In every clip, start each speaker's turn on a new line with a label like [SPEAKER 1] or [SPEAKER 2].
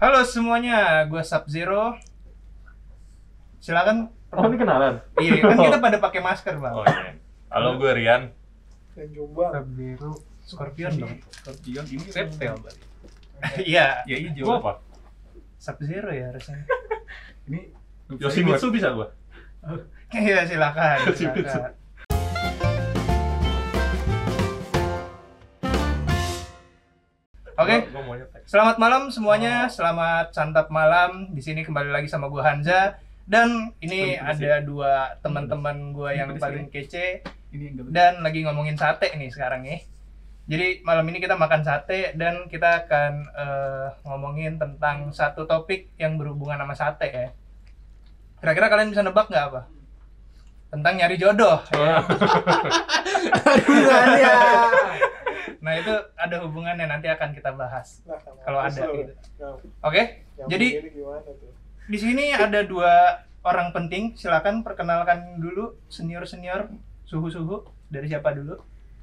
[SPEAKER 1] Halo semuanya, gue Sub-Zero. Silakan.
[SPEAKER 2] Oh, ini kenalan?
[SPEAKER 1] Iya, kan kita pada pakai masker, Bang.
[SPEAKER 2] Oh iya. Halo, gue Rian.
[SPEAKER 3] Dan coba
[SPEAKER 1] Sub-Zero, Scorpion dong.
[SPEAKER 4] Scorpion ini reptil berarti.
[SPEAKER 1] Iya,
[SPEAKER 4] Ya hijau.
[SPEAKER 2] Gue apa?
[SPEAKER 1] Sub-Zero ya harusnya.
[SPEAKER 4] Ini
[SPEAKER 2] Yoshimitsu bisa gue?
[SPEAKER 1] Iya, silakan.
[SPEAKER 2] Yoshimitsu.
[SPEAKER 1] silakan. Oke,
[SPEAKER 2] Gue maunya teks.
[SPEAKER 1] selamat malam semuanya. Selamat santap malam. Di sini kembali lagi sama gue Hanza. Dan ini
[SPEAKER 4] Pedes
[SPEAKER 1] ada dua teman-teman gue yang
[SPEAKER 4] Pedes
[SPEAKER 1] paling kece.
[SPEAKER 4] ini yang gak
[SPEAKER 1] Dan lagi ngomongin sate nih sekarang nih. Jadi malam ini kita makan sate dan kita akan ngomongin tentang satu topik yang berhubungan sama sate ya. Kira-kira kalian bisa nebak nggak apa? Tentang nyari jodoh. Ya.
[SPEAKER 3] hubungannya.
[SPEAKER 1] Nah itu ada hubungannya, nanti akan kita bahas.
[SPEAKER 3] Nah,
[SPEAKER 1] Kalau ada
[SPEAKER 3] lu.
[SPEAKER 1] gitu.
[SPEAKER 3] Nah,
[SPEAKER 1] Oke,
[SPEAKER 3] yang
[SPEAKER 1] jadi
[SPEAKER 3] begini gimana tuh?
[SPEAKER 1] di sini ada dua orang penting. Silakan perkenalkan dulu senior-senior, suhu-suhu. Dari siapa dulu?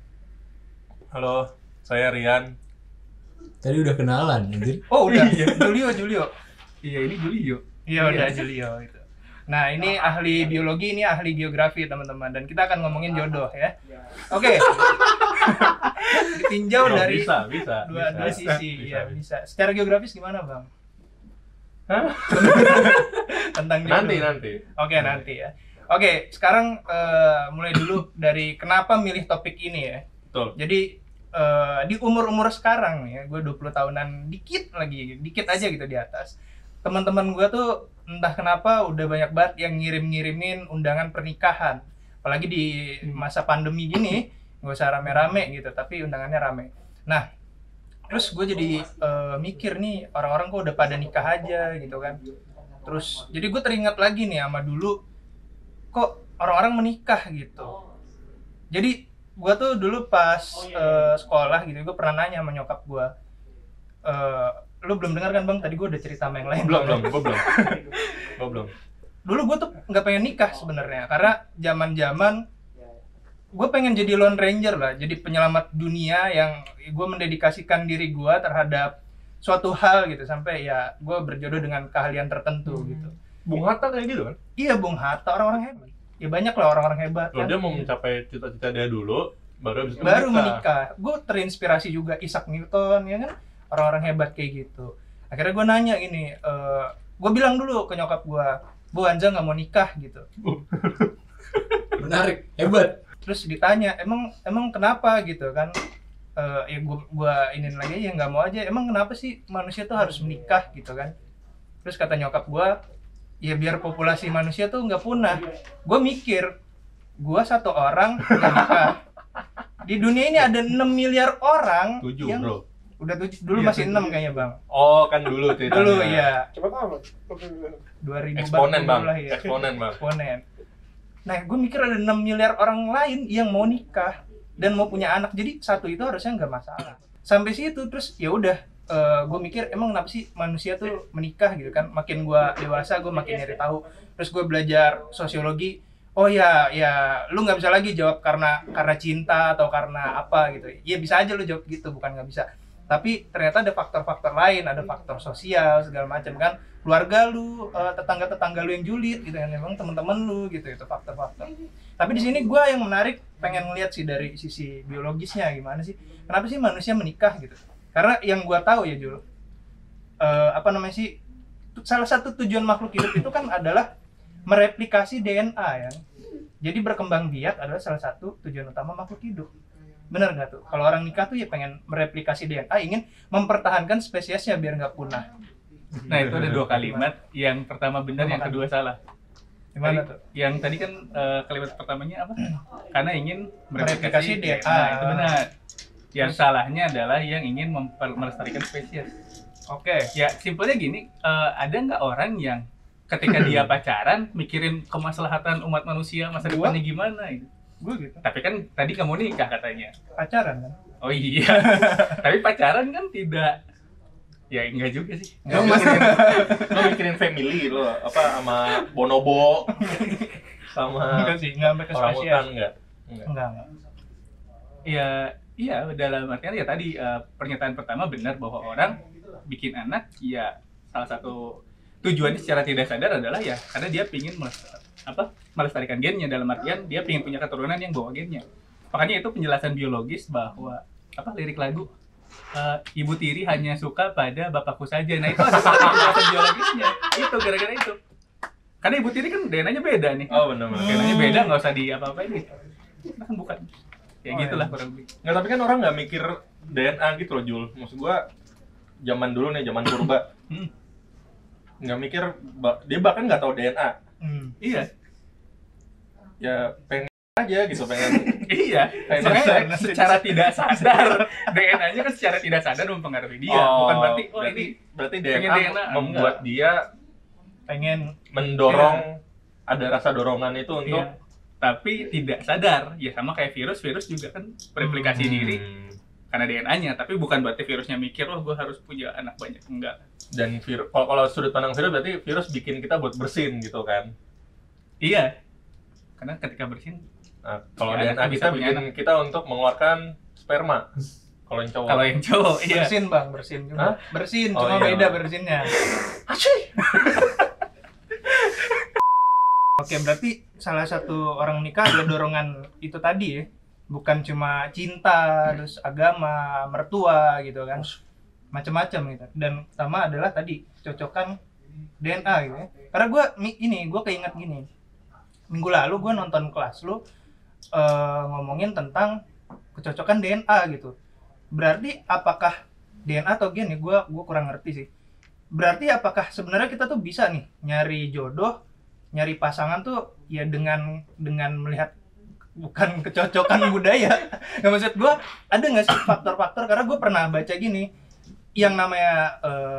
[SPEAKER 2] Halo, saya Rian.
[SPEAKER 5] Tadi udah kenalan, anjir.
[SPEAKER 1] Oh udah,
[SPEAKER 4] Iya.
[SPEAKER 1] Julio.
[SPEAKER 4] Iya, ini Julio.
[SPEAKER 1] Iya udah Julio itu. Nah ini ahli biologi, ini ahli geografi teman-teman. Dan kita akan ngomongin jodoh ya. Oke. Ditinjau
[SPEAKER 2] Oh,
[SPEAKER 1] dari
[SPEAKER 2] bisa.
[SPEAKER 1] dua sisi. Iya bisa. Secara geografis gimana bang?
[SPEAKER 2] Hah?
[SPEAKER 1] Tentang jodoh.
[SPEAKER 2] Nanti.
[SPEAKER 1] Oke nanti ya. Oke sekarang mulai dulu dari kenapa milih topik ini ya.
[SPEAKER 2] Betul.
[SPEAKER 1] Jadi di umur-umur sekarang nih ya, gue 20 tahunan dikit aja gitu di atas. Teman-teman gue tuh entah kenapa udah banyak banget yang ngirim-ngirimin undangan pernikahan. Apalagi di masa pandemi gini, nggak usah rame-rame gitu, tapi undangannya rame. Nah, terus gue jadi mikir nih, orang-orang kok udah pada nikah aja gitu kan. Terus, jadi gue teringat lagi nih sama dulu, kok orang-orang menikah gitu. Jadi gue tuh dulu pas sekolah gitu, gue pernah nanya sama nyokap gue, lu belum dengar kan bang? Tadi gue udah cerita sama yang lain.
[SPEAKER 2] Gue belum.
[SPEAKER 1] Dulu gue tuh nggak pengen nikah sebenarnya, karena zaman-zaman gue pengen jadi Lone Ranger lah, jadi penyelamat dunia yang gue mendedikasikan diri gue terhadap suatu hal gitu, sampai ya gue berjodoh dengan keahlian tertentu gitu.
[SPEAKER 2] Bung Hatta kayak gitu kan?
[SPEAKER 1] Iya Bung Hatta, orang-orang hebat. Ya banyak lah orang-orang hebat
[SPEAKER 2] Loh,
[SPEAKER 1] kan.
[SPEAKER 2] dia mau mencapai cita-cita dia dulu, baru habis itu
[SPEAKER 1] Baru menikah. Gue terinspirasi juga Isaac Newton ya kan, orang-orang hebat kayak gitu. Akhirnya gue nanya gini, gue bilang dulu ke nyokap gue, Bu Hanza nggak mau nikah gitu.
[SPEAKER 5] Menarik, hebat.
[SPEAKER 1] Terus ditanya, emang kenapa gitu kan? Ya gue inin lagi ya nggak mau aja. Emang kenapa sih manusia tuh harus menikah gitu kan? Terus kata nyokap gue, ya biar populasi manusia tuh nggak punah. Gue mikir, gue satu orang yang nikah. Di dunia ini ada 6 miliar orang
[SPEAKER 2] 7
[SPEAKER 1] yang
[SPEAKER 2] bro.
[SPEAKER 1] udah 7, dulu
[SPEAKER 4] Iya,
[SPEAKER 1] masih
[SPEAKER 4] 7.
[SPEAKER 1] 6 kayaknya bang.
[SPEAKER 2] Oh kan dulu ceritanya.
[SPEAKER 1] Dulu iya,
[SPEAKER 3] Cepet amat.
[SPEAKER 1] 2000
[SPEAKER 2] Eksponen bang.
[SPEAKER 1] lah ya.
[SPEAKER 2] Eksponen bang.
[SPEAKER 1] Eksponen. Nah, gue mikir ada 6 miliar orang lain yang mau nikah dan mau punya anak. Jadi satu itu harusnya nggak masalah. Sampai situ terus ya udah gue mikir emang kenapa sih manusia tuh menikah gitu kan. Makin gue dewasa gue makin nyari tahu. Terus gue belajar sosiologi. Oh ya lu nggak bisa lagi jawab karena cinta atau karena apa gitu. Ya bisa aja lu jawab gitu, bukan nggak bisa. Tapi ternyata ada faktor-faktor lain, ada faktor sosial segala macam kan, keluarga lu, tetangga-tetangga lu yang julid gitu kan, memang teman-teman lu gitu, itu faktor-faktor. Tapi di sini gue yang menarik pengen ngeliat sih dari sisi biologisnya gimana sih, kenapa sih manusia menikah gitu? Karena yang gue tahu ya Jul, salah satu tujuan makhluk hidup itu kan adalah mereplikasi DNA ya. Jadi berkembang biak adalah salah satu tujuan utama makhluk hidup. Bener nggak tuh? Kalau orang nikah tuh ya pengen mereplikasi DNA, ingin mempertahankan spesiesnya biar nggak punah.
[SPEAKER 4] Nah, itu ada dua kalimat, yang pertama benar, yang kedua salah.
[SPEAKER 1] Gimana
[SPEAKER 4] Tadi-
[SPEAKER 1] tuh?
[SPEAKER 4] Yang tadi kan kalimat pertamanya apa? Karena ingin
[SPEAKER 1] Mereplikasi
[SPEAKER 4] mereplikasi
[SPEAKER 1] DNA.
[SPEAKER 4] Nah, itu benar. Yang salahnya adalah yang ingin melestarikan spesies.
[SPEAKER 1] Oke.
[SPEAKER 4] Ya, simpelnya gini, ada nggak orang yang ketika dia pacaran mikirin kemaslahatan umat manusia masa
[SPEAKER 1] Gua?
[SPEAKER 4] depannya gimana gitu.
[SPEAKER 1] Gue gitu.
[SPEAKER 4] Tapi kan tadi kamu nikah katanya.
[SPEAKER 1] Pacaran kan?
[SPEAKER 4] Oh iya. Tapi pacaran kan tidak. Ya enggak juga sih.
[SPEAKER 2] Lo mikirin family lo apa sama bonobo sama
[SPEAKER 1] Enggak sih, enggak sampai ke
[SPEAKER 2] orang
[SPEAKER 1] spesies.
[SPEAKER 2] hutan enggak?
[SPEAKER 1] Enggak.
[SPEAKER 4] Iya, dalam artian ya tadi pernyataan pertama benar bahwa orang bikin anak ya salah satu tujuannya secara tidak sadar adalah ya karena dia pingin melestarikan gennya, dalam artian dia pingin punya keturunan yang bawa gennya. Makanya itu penjelasan biologis bahwa lirik lagu ibu tiri hanya suka pada bapakku saja. Nah itu ada satu penjelasan biologisnya. Itu gara-gara itu. Karena ibu tiri kan DNA-nya beda nih.
[SPEAKER 2] Oh benar.
[SPEAKER 4] DNA-nya beda, nggak usah di-apa-apain gitu. Nah kan bukan. Ya gitulah kurang lebih.
[SPEAKER 2] Nggak, tapi kan orang nggak mikir DNA gitu loh, Jul. Maksud gua zaman dulu nih, zaman purba. Nggak mikir, dia bahkan nggak tahu DNA.
[SPEAKER 4] Iya.
[SPEAKER 2] Ya pengen aja gitu, pengen.
[SPEAKER 4] Iya. Makanya secara tidak sadar DNA-nya kan secara tidak sadar mempengaruhi dia. Bukan berarti
[SPEAKER 2] berarti
[SPEAKER 4] pengen
[SPEAKER 2] DNA membuat dia
[SPEAKER 1] pengen
[SPEAKER 2] mendorong ada rasa dorongan itu untuk
[SPEAKER 4] tapi tidak sadar. Ya sama kayak virus juga kan bereplikasi diri karena DNA-nya, tapi bukan berarti virusnya mikir gue harus punya anak banyak, enggak.
[SPEAKER 2] Dan kalau sudut pandang virus berarti virus bikin kita buat bersin gitu kan.
[SPEAKER 4] Iya. Karena ketika bersin
[SPEAKER 2] kalau DNA kita bikin kita untuk mengeluarkan sperma. Kalau yang cowok.
[SPEAKER 1] Iya. Bersin juga. Bersin, cuma
[SPEAKER 2] iya.
[SPEAKER 1] beda bersinnya. Oke, berarti salah satu orang nikah adalah dorongan itu tadi ya. Bukan cuma cinta, terus agama, mertua gitu kan. Macam-macam gitu. Dan pertama adalah tadi cocokan DNA gitu ya. Karena gue keinget gini. Minggu lalu gue nonton kelas lu ngomongin tentang kecocokan DNA gitu. Berarti apakah DNA atau gen ya? Gue kurang ngerti sih. Berarti apakah sebenarnya kita tuh bisa nih nyari jodoh, nyari pasangan tuh ya dengan melihat bukan kecocokan budaya. Nggak, maksud gue ada nggak sih faktor-faktor? Karena gue pernah baca gini, yang namanya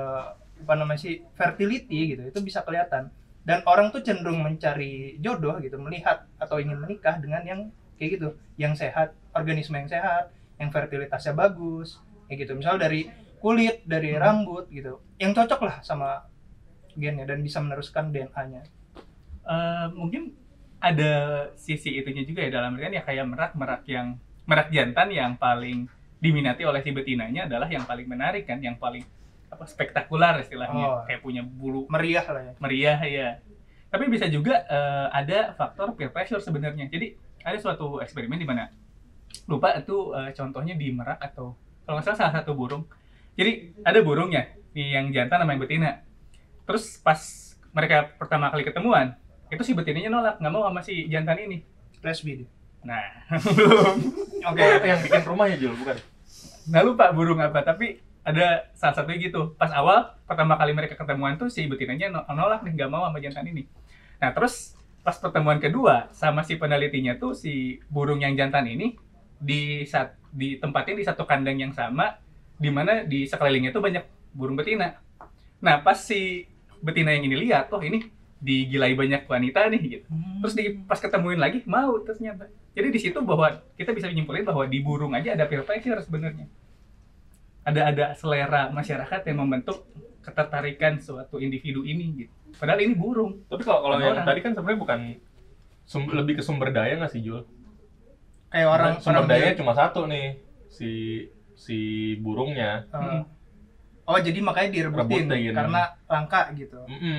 [SPEAKER 1] fertility gitu, itu bisa kelihatan. Dan orang tuh cenderung mencari jodoh gitu, melihat atau ingin menikah dengan yang kayak gitu, yang sehat, organisme yang sehat, yang fertilitasnya bagus, kayak gitu. Misal dari kulit, dari rambut gitu, yang cocok lah sama gennya dan bisa meneruskan DNA-nya.
[SPEAKER 4] Mungkin ada sisi itunya juga ya, dalam artian ya kayak merak jantan yang paling diminati oleh si betinanya adalah yang paling menarik kan, yang paling spektakuler istilahnya, kayak punya bulu
[SPEAKER 1] meriah lah ya.
[SPEAKER 4] Meriah ya. Tapi bisa juga ada faktor peer pressure sebenarnya. Jadi ada suatu eksperimen di mana lupa itu contohnya di Merak atau kalau nggak salah satu burung. Jadi ada burungnya, nih yang jantan sama yang betina. Terus pas mereka pertama kali ketemuan, itu si betinanya nolak, nggak mau sama si jantan ini.
[SPEAKER 1] Lesbi dia.
[SPEAKER 4] Nah, belum.
[SPEAKER 2] Oke, yang bikin rumah ya Jul, bukan?
[SPEAKER 4] Nggak lupa burung apa, tapi ada salah satunya gitu. Pas awal pertama kali mereka ketemuan tuh si betinanya nolak nih, nggak mau sama jantan ini. Nah terus pas pertemuan kedua sama si penelitinya tuh si burung yang jantan ini ditempatin di satu kandang yang sama, di mana di sekelilingnya tuh banyak burung betina. Nah pas si betina yang ini lihat, oh ini digilai banyak wanita nih gitu. Terus pas ketemuin lagi mau ternyata. Jadi di situ bahwa kita bisa menyimpulkan bahwa di burung aja ada peer pressure sebenarnya. Ada selera masyarakat yang membentuk ketertarikan suatu individu ini gitu. Padahal ini burung.
[SPEAKER 2] Tapi kalau yang tadi kan sebenarnya bukan lebih ke sumber daya nggak sih Jul?
[SPEAKER 1] Kayak orang
[SPEAKER 2] sumber dayanya cuma satu nih, si burungnya.
[SPEAKER 1] Oh jadi makanya direbutin karena langka gitu.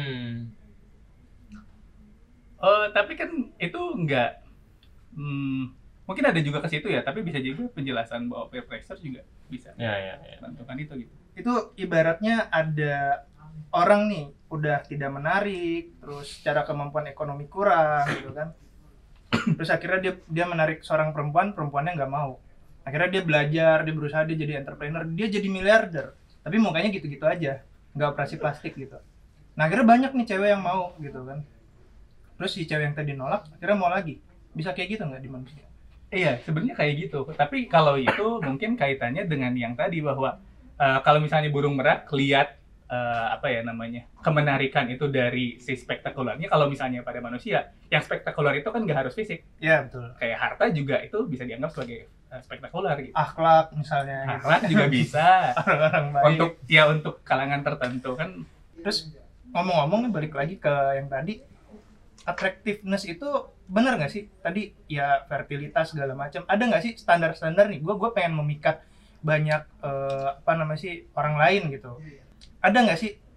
[SPEAKER 4] Tapi kan itu enggak mungkin ada juga ke situ ya, tapi bisa juga penjelasan bahwa peer pressure juga bisa menentukan itu gitu. Itu
[SPEAKER 1] ibaratnya ada orang nih udah tidak menarik, terus secara kemampuan ekonomi kurang gitu kan. Terus akhirnya dia menarik seorang perempuannya nggak mau. Akhirnya dia belajar, dia berusaha, dia jadi entrepreneur, dia jadi miliarder. Tapi mukanya gitu-gitu aja, nggak operasi plastik gitu. Nah akhirnya banyak nih cewek yang mau gitu kan. Terus si cewek yang tadi nolak, akhirnya mau lagi. Bisa kayak gitu nggak di manusia?
[SPEAKER 4] Iya, sebenarnya kayak gitu. Tapi kalau itu mungkin kaitannya dengan yang tadi bahwa kalau misalnya burung merak lihat kemenarikan itu dari si spektakulernya. Kalau misalnya pada manusia, yang spektakuler itu kan nggak harus fisik.
[SPEAKER 1] Iya betul.
[SPEAKER 4] Kayak harta juga itu bisa dianggap sebagai spektakuler gitu.
[SPEAKER 1] Akhlak misalnya.
[SPEAKER 4] Akhlak juga bisa.
[SPEAKER 1] Orang-orang baik.
[SPEAKER 4] Untuk kalangan tertentu kan.
[SPEAKER 1] Terus ngomong-ngomong nih balik lagi ke yang tadi, attractiveness itu benar nggak sih? Tadi ya fertilitas segala macam. Ada nggak sih standar-standar nih? Gue pengen memikat banyak orang lain gitu. Ada nggak sih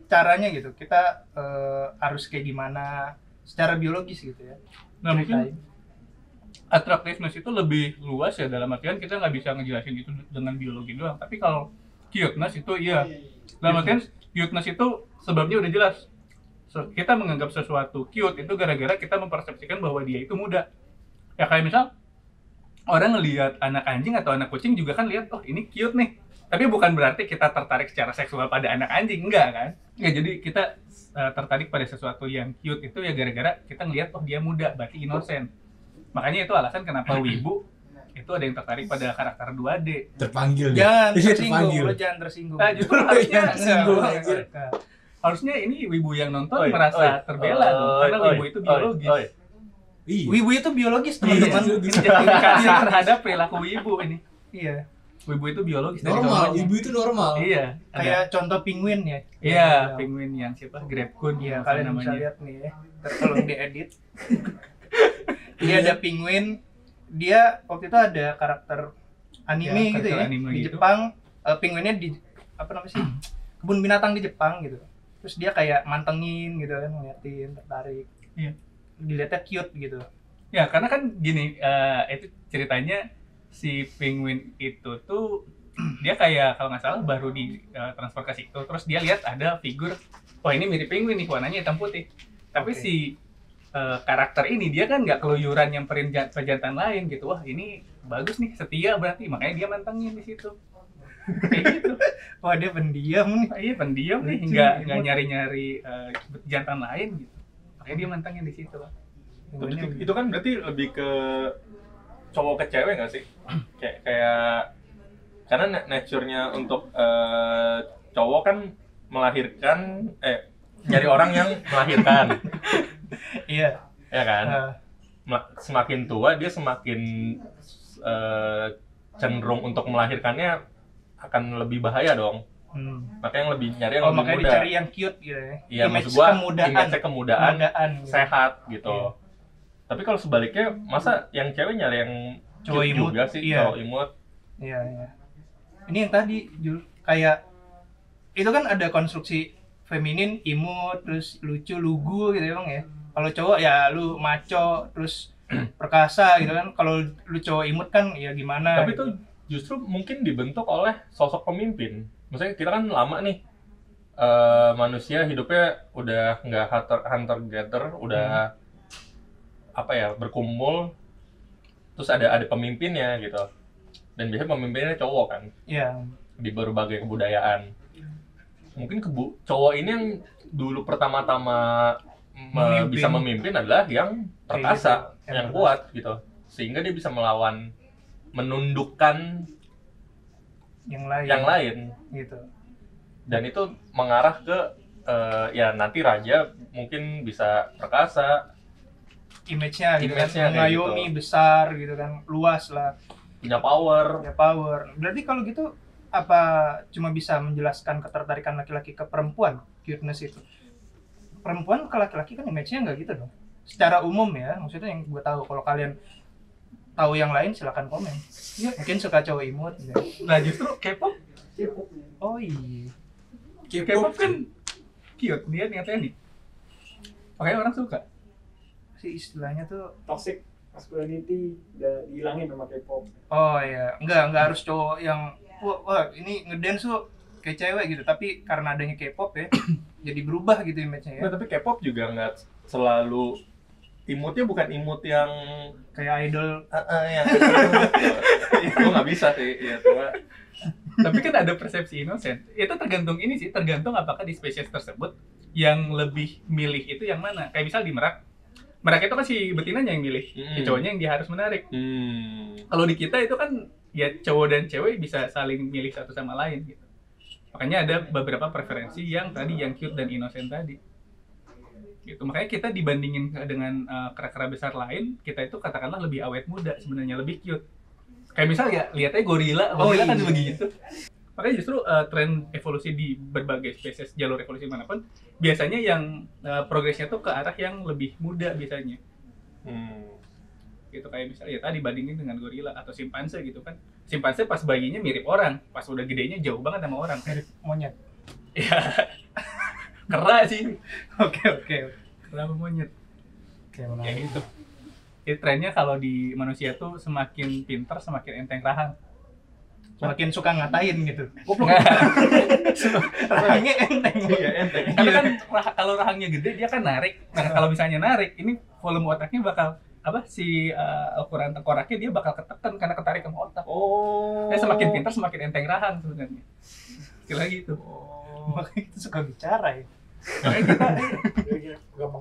[SPEAKER 1] caranya gitu, kita harus kayak gimana secara biologis gitu ya.
[SPEAKER 4] Nah mungkin
[SPEAKER 1] Ceritain.
[SPEAKER 4] attractiveness itu lebih luas ya, dalam artian kita nggak bisa ngejelasin itu dengan biologi doang. Tapi kalau cuteness itu iya, dalam artian cuteness itu sebabnya udah jelas. Kita menganggap sesuatu cute itu gara-gara kita mempersepsikan bahwa dia itu muda. Ya kayak misal orang ngelihat anak anjing atau anak kucing juga kan lihat, oh ini cute nih. Tapi bukan berarti kita tertarik secara seksual pada anak anjing, enggak kan? Ya jadi kita tertarik pada sesuatu yang cute itu ya gara-gara kita ngelihat, oh dia muda, berarti innocent. Makanya itu alasan kenapa wibu itu ada yang tertarik pada karakter 2D.
[SPEAKER 5] Terpanggil deh.
[SPEAKER 1] Jangan
[SPEAKER 5] Iya,
[SPEAKER 1] tersinggung, lo jangan tersinggung.
[SPEAKER 4] Nah, justru harusnya
[SPEAKER 5] Jangan tersinggung,
[SPEAKER 1] Enggak,
[SPEAKER 5] anjir.
[SPEAKER 1] enggak.
[SPEAKER 4] harusnya ini wibu yang nonton
[SPEAKER 2] Oi,
[SPEAKER 4] merasa
[SPEAKER 2] oi,
[SPEAKER 4] terbela dong, karena
[SPEAKER 2] oi,
[SPEAKER 4] wibu itu biologis.
[SPEAKER 2] oi.
[SPEAKER 5] Iya.
[SPEAKER 1] Wibu itu biologis,
[SPEAKER 4] Iya,
[SPEAKER 1] teman-teman.
[SPEAKER 4] indikasi terhadap perilaku wibu ini.
[SPEAKER 1] Iya.
[SPEAKER 4] Wibu itu biologis dari
[SPEAKER 5] Normal,
[SPEAKER 4] contohnya.
[SPEAKER 5] ibu itu normal.
[SPEAKER 4] Iya, ada.
[SPEAKER 1] Kayak contoh penguin ya.
[SPEAKER 4] Iya, penguin yang siapa? Grabcoon
[SPEAKER 1] Iya,
[SPEAKER 4] apa
[SPEAKER 1] kalian bisa
[SPEAKER 4] namanya.
[SPEAKER 1] lihat nih ya. Tolong diedit. Dia ada penguin. Dia waktu itu ada karakter anime
[SPEAKER 4] Ya,
[SPEAKER 1] gitu
[SPEAKER 4] karakter
[SPEAKER 1] ya.
[SPEAKER 4] anime
[SPEAKER 1] Di
[SPEAKER 4] gitu.
[SPEAKER 1] Jepang, penguinnya di apa namanya sih? Kebun binatang di Jepang gitu. Terus dia kayak mantengin gitu kan, ngeliatin, tertarik.
[SPEAKER 4] Iya.
[SPEAKER 1] Dilihatnya cute gitu.
[SPEAKER 4] Ya, karena kan gini, itu ceritanya si penguin itu tuh dia kayak kalau nggak salah baru di transfer ke situ, terus dia lihat ada figur, wah ini mirip penguin nih, warnanya hitam putih. Tapi
[SPEAKER 1] Oke.
[SPEAKER 4] si karakter ini dia kan nggak keluyuran nyamperin pejantan lain gitu, wah ini bagus nih, setia berarti, makanya dia mantengin di situ. Kayak gitu.
[SPEAKER 1] Wah, dia pendiam nih.
[SPEAKER 4] Iya pendiam nih,
[SPEAKER 1] Lucu,
[SPEAKER 4] nggak
[SPEAKER 1] imut.
[SPEAKER 4] nyari-nyari jantan lain gitu. Makanya dia mantengin di situ.
[SPEAKER 1] Penguinnya
[SPEAKER 2] Itu kan berarti lebih ke cowok ke cewek nggak sih? Kayak karena nature-nya untuk cowok kan melahirkan nyari orang yang melahirkan,
[SPEAKER 1] Iya.
[SPEAKER 2] ya kan?
[SPEAKER 1] Nah,
[SPEAKER 2] Semakin tua dia semakin cenderung untuk melahirkannya akan lebih bahaya dong. Makanya yang lebih nyari yang
[SPEAKER 1] Oh,
[SPEAKER 2] lebih
[SPEAKER 1] makanya
[SPEAKER 2] muda.
[SPEAKER 1] dicari yang cute gitu ya.
[SPEAKER 2] Iya,
[SPEAKER 1] Image
[SPEAKER 2] maksud gua
[SPEAKER 1] kemudaan.
[SPEAKER 2] image-nya kemudaan,
[SPEAKER 1] Kemudaan, gitu.
[SPEAKER 2] sehat gitu.
[SPEAKER 1] Iya.
[SPEAKER 2] Tapi kalau sebaliknya, masa yang cewek nyari yang
[SPEAKER 1] Cowok
[SPEAKER 2] cute
[SPEAKER 1] imut,
[SPEAKER 2] juga sih,
[SPEAKER 1] iya.
[SPEAKER 2] cowok imut.
[SPEAKER 1] Iya, iya. Ini yang tadi, Jul, kayak itu kan ada konstruksi feminin, imut, terus lucu, lugu gitu ya, Bang ya. Kalau cowok ya lu maco, terus perkasa gitu kan. Kalau lu cowok imut kan ya gimana.
[SPEAKER 2] Tapi
[SPEAKER 1] gitu.
[SPEAKER 2] itu justru mungkin dibentuk oleh sosok pemimpin. Maksudnya kita kan lama nih, manusia hidupnya udah nggak hunter gatherer, udah apa ya, berkumpul, terus ada pemimpinnya gitu. Dan biasanya pemimpinnya cowok kan,
[SPEAKER 1] Iya.
[SPEAKER 2] di berbagai kebudayaan. Mungkin cowok ini yang dulu pertama-tama
[SPEAKER 1] Memimpin.
[SPEAKER 2] bisa memimpin adalah yang perkasa,
[SPEAKER 1] Kayak gitu,
[SPEAKER 2] yang
[SPEAKER 1] yang
[SPEAKER 2] kuat gitu, sehingga dia bisa melawan, menundukkan
[SPEAKER 1] yang lain. Gitu.
[SPEAKER 2] Dan itu mengarah ke ya nanti raja mungkin bisa perkasa,
[SPEAKER 1] Image-nya gitu kan,
[SPEAKER 2] Image-nya kayak
[SPEAKER 1] mengayomi
[SPEAKER 2] gitu.
[SPEAKER 1] besar gitu kan, luas lah.
[SPEAKER 2] punya power.
[SPEAKER 1] Ya power. Berarti kalau gitu apa cuma bisa menjelaskan ketertarikan laki-laki ke perempuan, cuteness itu? Perempuan ke laki-laki kan image-nya nggak gitu dong. Secara umum ya, maksudnya yang gue tahu. Kalau kalian tahu yang lain silakan komen. Ya, mungkin suka cowok imut gitu.
[SPEAKER 4] Nah justru K-pop
[SPEAKER 1] Oh iya.
[SPEAKER 4] K-pop kan cute, dia niatnya nih. Makanya orang suka.
[SPEAKER 1] Si istilahnya tuh
[SPEAKER 3] Toxic masculinity udah dihilangin sama K-pop.
[SPEAKER 1] oh iya, enggak harus cowok yang wah ini ngedance tuh kayak cewek gitu, tapi karena adanya K-pop ya jadi berubah gitu image-nya ya.
[SPEAKER 2] Nah, tapi K-pop juga nggak selalu imutnya, bukan imut yang
[SPEAKER 1] Kayak idol
[SPEAKER 2] yang gue nggak bisa sih ya, cuma
[SPEAKER 4] Tapi kan ada persepsi innocent. Itu tergantung ini sih, tergantung apakah di spesies tersebut yang lebih milih itu yang mana. Kayak misal di merak itu kan si betinanya yang milih, si cowoknya yang dia harus menarik. Kalau di kita itu kan ya cowok dan cewek bisa saling milih satu sama lain gitu. Makanya ada beberapa preferensi yang tadi yang cute dan innocent tadi. Gitu. Makanya kita dibandingin dengan kera-kera besar lain, kita itu katakanlah lebih awet muda sebenarnya, lebih cute. Kayak misal ya lihatnya gorila kan
[SPEAKER 1] iya.
[SPEAKER 4] begitu. Makanya justru tren evolusi di berbagai spesies, jalur evolusi manapun, biasanya yang progresnya tuh ke arah yang lebih muda biasanya. Gitu, kayak misalnya ya tadi bandingin dengan gorila atau simpanse gitu kan. Simpanse pas bayinya mirip orang, pas udah gedenya jauh banget sama orang.
[SPEAKER 1] mirip monyet.
[SPEAKER 4] Ya. Kera sih.
[SPEAKER 1] Oke.
[SPEAKER 4] Kera sama monyet.
[SPEAKER 1] Kayak
[SPEAKER 4] Ya
[SPEAKER 1] mana?
[SPEAKER 4] gitu. Jadi trennya kalau di manusia tuh semakin pintar semakin enteng rahang.
[SPEAKER 1] Semakin suka ngatain gitu.
[SPEAKER 4] Nggak.
[SPEAKER 1] Rahangnya enteng.
[SPEAKER 2] Iya, enteng.
[SPEAKER 4] Karena kan kalau rahangnya gede dia kan narik. Nah, kalau misalnya narik, ini volume otaknya bakal ukuran tengkoraknya dia bakal ketekan karena ketarik sama otak.
[SPEAKER 2] Oh.
[SPEAKER 4] Semakin pintar semakin enteng rahang sebenarnya. Istilah gitu.
[SPEAKER 1] Makanya kita suka bicara ya.
[SPEAKER 4] Makanya kita
[SPEAKER 3] Gampang.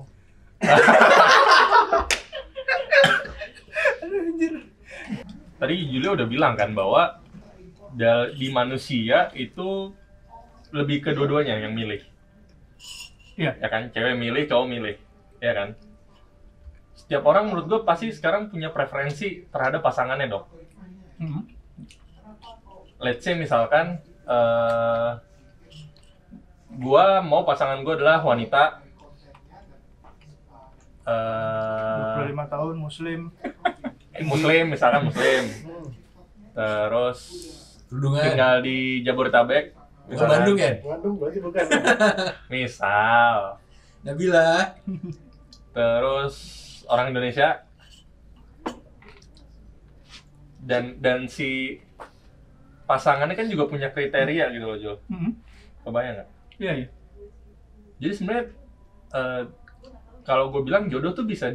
[SPEAKER 2] Tadi Julia udah bilang kan bahwa di manusia itu lebih ke dua-duanya yang milih.
[SPEAKER 4] Iya.
[SPEAKER 2] Ya kan, cewek milih, cowok milih. Ya kan? Setiap orang menurut gue pasti sekarang punya preferensi terhadap pasangannya, Dok. Let's say misalkan gua mau pasangan gua adalah wanita
[SPEAKER 1] 25 tahun muslim.
[SPEAKER 2] muslim, misalkan muslim. Terus
[SPEAKER 5] Kerudungan.
[SPEAKER 2] tinggal di Jabodetabek.
[SPEAKER 5] Bukan Bandung ya?
[SPEAKER 3] Bandung berarti bukan.
[SPEAKER 2] Misal.
[SPEAKER 5] Nabila.
[SPEAKER 2] Terus orang Indonesia. Dan si pasangannya kan juga punya kriteria gitu loh, Jo. Kebayang nggak?
[SPEAKER 4] Iya, iya.
[SPEAKER 2] Jadi sebenarnya kalau gue bilang jodoh tuh bisa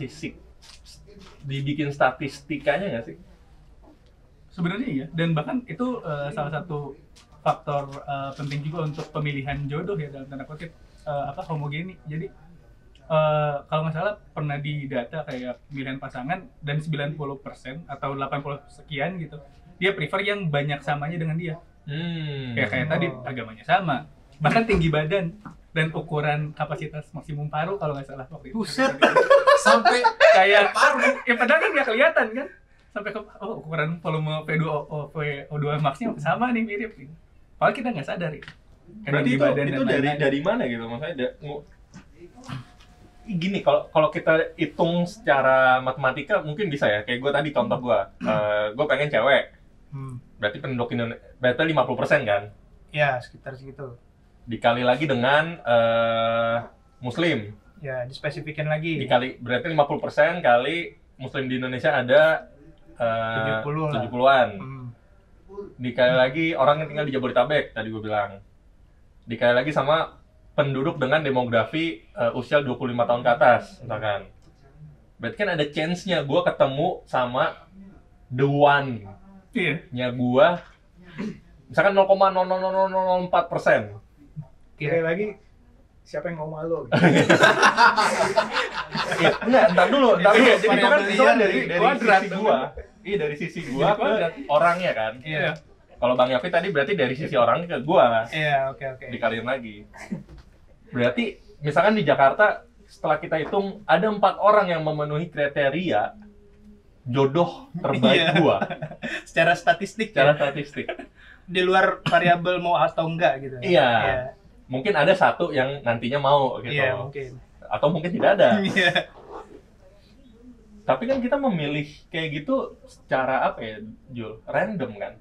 [SPEAKER 2] dibikin statistikanya nggak sih?
[SPEAKER 4] Sebenarnya iya, dan bahkan itu salah satu faktor penting juga untuk pemilihan jodoh ya dalam tanda kutip homogeni. Jadi kalau nggak salah pernah didata kayak pemilihan pasangan dan 90% atau 80 sekian gitu, dia prefer yang banyak samanya dengan dia. Kayak tadi agamanya sama, bahkan tinggi badan dan ukuran kapasitas maksimum paru kalau nggak salah waktu itu.
[SPEAKER 1] Buset.
[SPEAKER 5] Sampai
[SPEAKER 4] Kayak paru, ya padahal kan nggak kelihatan kan, sampai ke ukuran volume VO2 max-nya sama nih mirip. Padahal kita nggak sadar ya.
[SPEAKER 2] Berarti itu dari mana gitu? Maksudnya gini, kalau kita hitung secara matematika mungkin bisa ya. Kayak gue tadi contoh gue pengen cewek. Berarti penduduk Indonesia berarti 50% kan?
[SPEAKER 1] Ya, sekitar segitu.
[SPEAKER 2] Dikali lagi dengan muslim.
[SPEAKER 1] Ya, dispesifikin lagi.
[SPEAKER 2] Dikali berarti 50% kali muslim di Indonesia ada
[SPEAKER 1] 70 lah.
[SPEAKER 2] 70-an.
[SPEAKER 1] Hmm.
[SPEAKER 2] Dikali lagi orang yang tinggal di Jabodetabek tadi gue bilang. Dikali lagi sama penduduk dengan demografi usia 25 tahun ke atas misalkan. Berarti kan ada chance-nya gue ketemu sama the one.
[SPEAKER 4] Iya.
[SPEAKER 2] Nya gue misalkan 0,00004%.
[SPEAKER 3] Kira lagi siapa yang ngomong lo?
[SPEAKER 2] Ya, enggak, entar dulu.
[SPEAKER 1] Iya,
[SPEAKER 2] Jadi itu kan dari
[SPEAKER 4] kuadrat.
[SPEAKER 2] sisi gua. Iya, dari sisi gua
[SPEAKER 4] Jadi kuadrat.
[SPEAKER 2] ke orangnya kan.
[SPEAKER 1] Iya.
[SPEAKER 2] Kalau Bang Yofi tadi berarti dari sisi orang ke gua.
[SPEAKER 1] Iya, oke.
[SPEAKER 2] Dikaliin lagi. Berarti misalkan di Jakarta setelah kita hitung ada 4 orang yang memenuhi kriteria jodoh terbaik
[SPEAKER 1] Iya.
[SPEAKER 2] gua
[SPEAKER 1] Secara statistik
[SPEAKER 2] secara
[SPEAKER 1] ya.
[SPEAKER 2] statistik.
[SPEAKER 1] Di luar variabel mau atau enggak gitu.
[SPEAKER 2] Iya. Mungkin ada satu yang nantinya mau gitu.
[SPEAKER 1] Iya, mungkin.
[SPEAKER 2] Atau mungkin tidak ada.
[SPEAKER 1] Iya.
[SPEAKER 2] Tapi kan kita memilih kayak gitu secara apa ya, Jul? Random kan?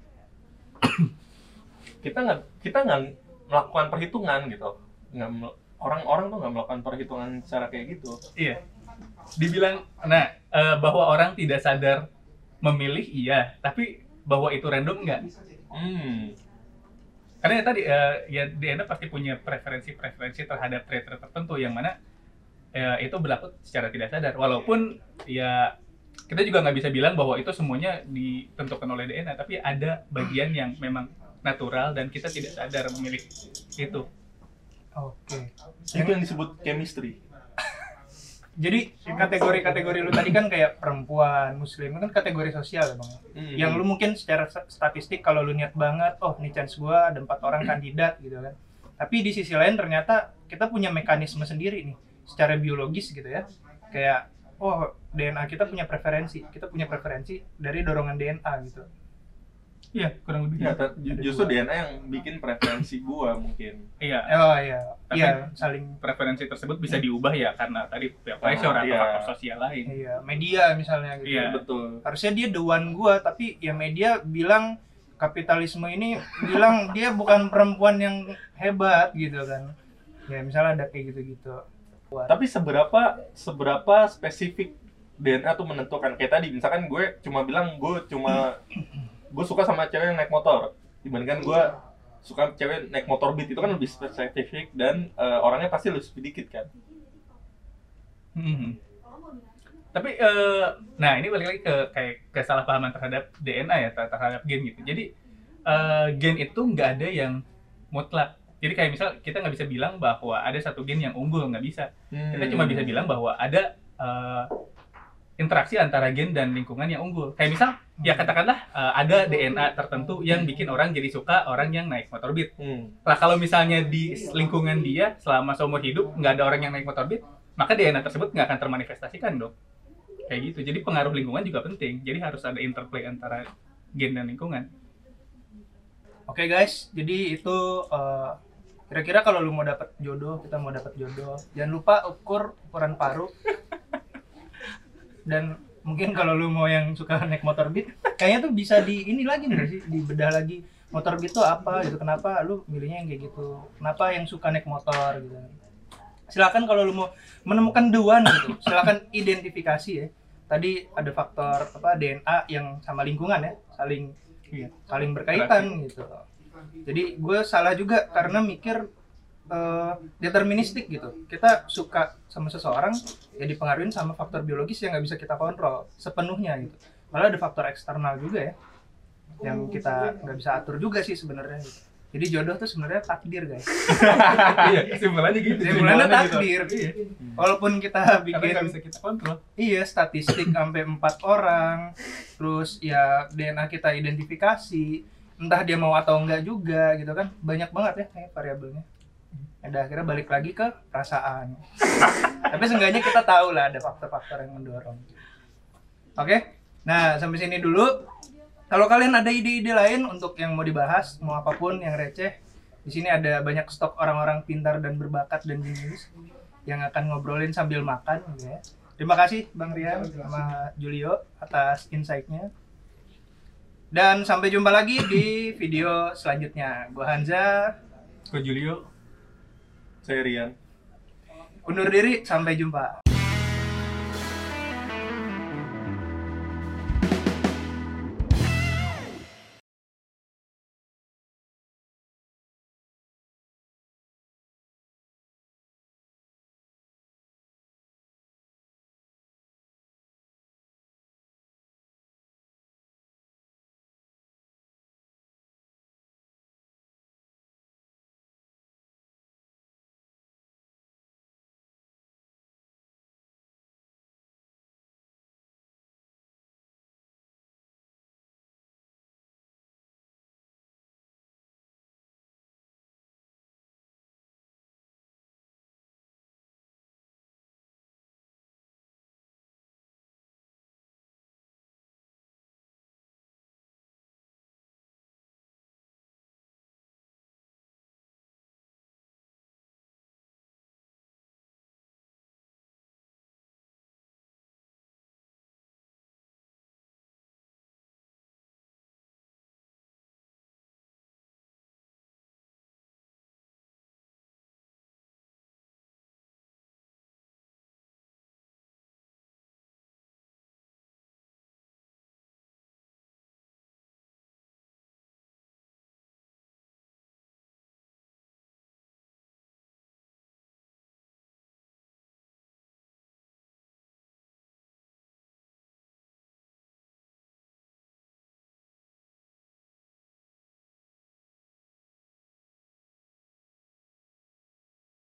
[SPEAKER 2] kita nggak melakukan perhitungan gitu. Orang-orang tuh nggak melakukan perhitungan secara kayak gitu.
[SPEAKER 4] Iya. Dibilang, bahwa orang tidak sadar memilih iya, tapi bahwa itu random enggak. Karena ya tadi ya DNA pasti punya preferensi terhadap trait-trait tertentu yang mana itu berlaku secara tidak sadar. Walaupun ya kita juga nggak bisa bilang bahwa itu semuanya ditentukan oleh DNA, tapi ada bagian yang memang natural dan kita tidak sadar memilih itu.
[SPEAKER 1] Oke.
[SPEAKER 2] Itu yang disebut chemistry.
[SPEAKER 1] Jadi kategori-kategori lu tadi kan kayak perempuan, muslim, kan kategori sosial ya Bang. Yang lu mungkin secara statistik kalau lu niat banget, oh nih chance gua ada 4 orang kandidat gitu kan. Tapi di sisi lain ternyata kita punya mekanisme sendiri nih, secara biologis gitu ya. Kayak oh DNA kita punya preferensi dari dorongan DNA gitu.
[SPEAKER 4] Iya, kurang lebih.
[SPEAKER 2] Ya, justru DNA yang bikin preferensi gua mungkin.
[SPEAKER 4] Iya.
[SPEAKER 1] Oh iya.
[SPEAKER 4] Tapi
[SPEAKER 1] Iya, saling
[SPEAKER 4] preferensi tersebut bisa diubah ya karena tadi peer pressure atau
[SPEAKER 2] iya.
[SPEAKER 4] faktor sosial lain.
[SPEAKER 1] iya, media misalnya gitu.
[SPEAKER 4] Iya.
[SPEAKER 2] Betul.
[SPEAKER 1] Harusnya dia the one gua, tapi ya media bilang kapitalisme ini bilang dia bukan perempuan yang hebat gitu kan. Ya misalnya ada kayak gitu-gitu.
[SPEAKER 2] Tapi seberapa spesifik DNA tuh menentukan? Kayak tadi misalkan gue cuma bilang gue suka sama cewek yang naik motor, dibandingkan gue suka cewek naik motor beat, itu kan lebih spesifik dan orangnya pasti lebih sedikit kan.
[SPEAKER 4] Tapi nah ini balik lagi ke kayak kesalahpahaman terhadap DNA ya, terhadap gen gitu. Jadi gen itu nggak ada yang mutlak. Jadi kayak misal kita nggak bisa bilang bahwa ada satu gen yang unggul, nggak bisa. Kita cuma bisa bilang bahwa ada interaksi antara gen dan lingkungan yang unggul. Kayak misal ya katakanlah ada DNA tertentu yang bikin orang jadi suka orang yang naik motor beat. Nah kalau misalnya di lingkungan dia selama seumur hidup nggak ada orang yang naik motor beat, maka DNA tersebut nggak akan termanifestasikan dong. Kayak gitu. Jadi pengaruh lingkungan juga penting. Jadi harus ada interplay antara gen dan lingkungan.
[SPEAKER 1] Oke guys, jadi itu kira-kira kalau lu mau dapat jodoh, kita mau dapat jodoh, jangan lupa ukuran paru. Dan mungkin kalau lu mau yang suka naik motor beat, kayaknya tuh bisa ini lagi nih sih, dibedah lagi. Motor beat tuh apa gitu, kenapa lu milihnya yang kayak gitu, kenapa yang suka naik motor gitu. Silakan kalau lu mau menemukan the one gitu, silakan identifikasi ya. Tadi ada faktor DNA yang sama lingkungan ya, saling berkaitan gitu. Jadi gue salah juga karena mikir deterministik gitu. Kita suka sama seseorang ya dipengaruhi sama faktor biologis yang nggak bisa kita kontrol sepenuhnya gitu. Malah ada faktor eksternal juga ya yang kita nggak bisa atur juga sih sebenarnya gitu. Jadi jodoh tuh sebenarnya takdir guys.
[SPEAKER 4] Iya, simpulannya gitu.
[SPEAKER 1] Simpulannya takdir. Iya. Walaupun kita bikin
[SPEAKER 4] Karena nggak bisa kita kontrol.
[SPEAKER 1] iya statistik sampai 4 orang, terus ya DNA kita identifikasi, entah dia mau atau enggak juga gitu kan, banyak banget ya kayak variabelnya. Ada akhirnya balik lagi ke perasaan. Tapi seenggaknya kita tahu lah ada faktor-faktor yang mendorong. Oke, nah sampai sini dulu. Kalau kalian ada ide-ide lain untuk yang mau dibahas, mau apapun yang receh, di sini ada banyak stok orang-orang pintar dan berbakat dan jenius yang akan ngobrolin sambil makan, ya. Terima kasih Bang Rian sama Julio atas insight-nya. Dan sampai jumpa lagi di video selanjutnya. Gua Hanza,
[SPEAKER 4] Ko Julio.
[SPEAKER 2] Saya Rian.
[SPEAKER 1] undur diri, sampai jumpa.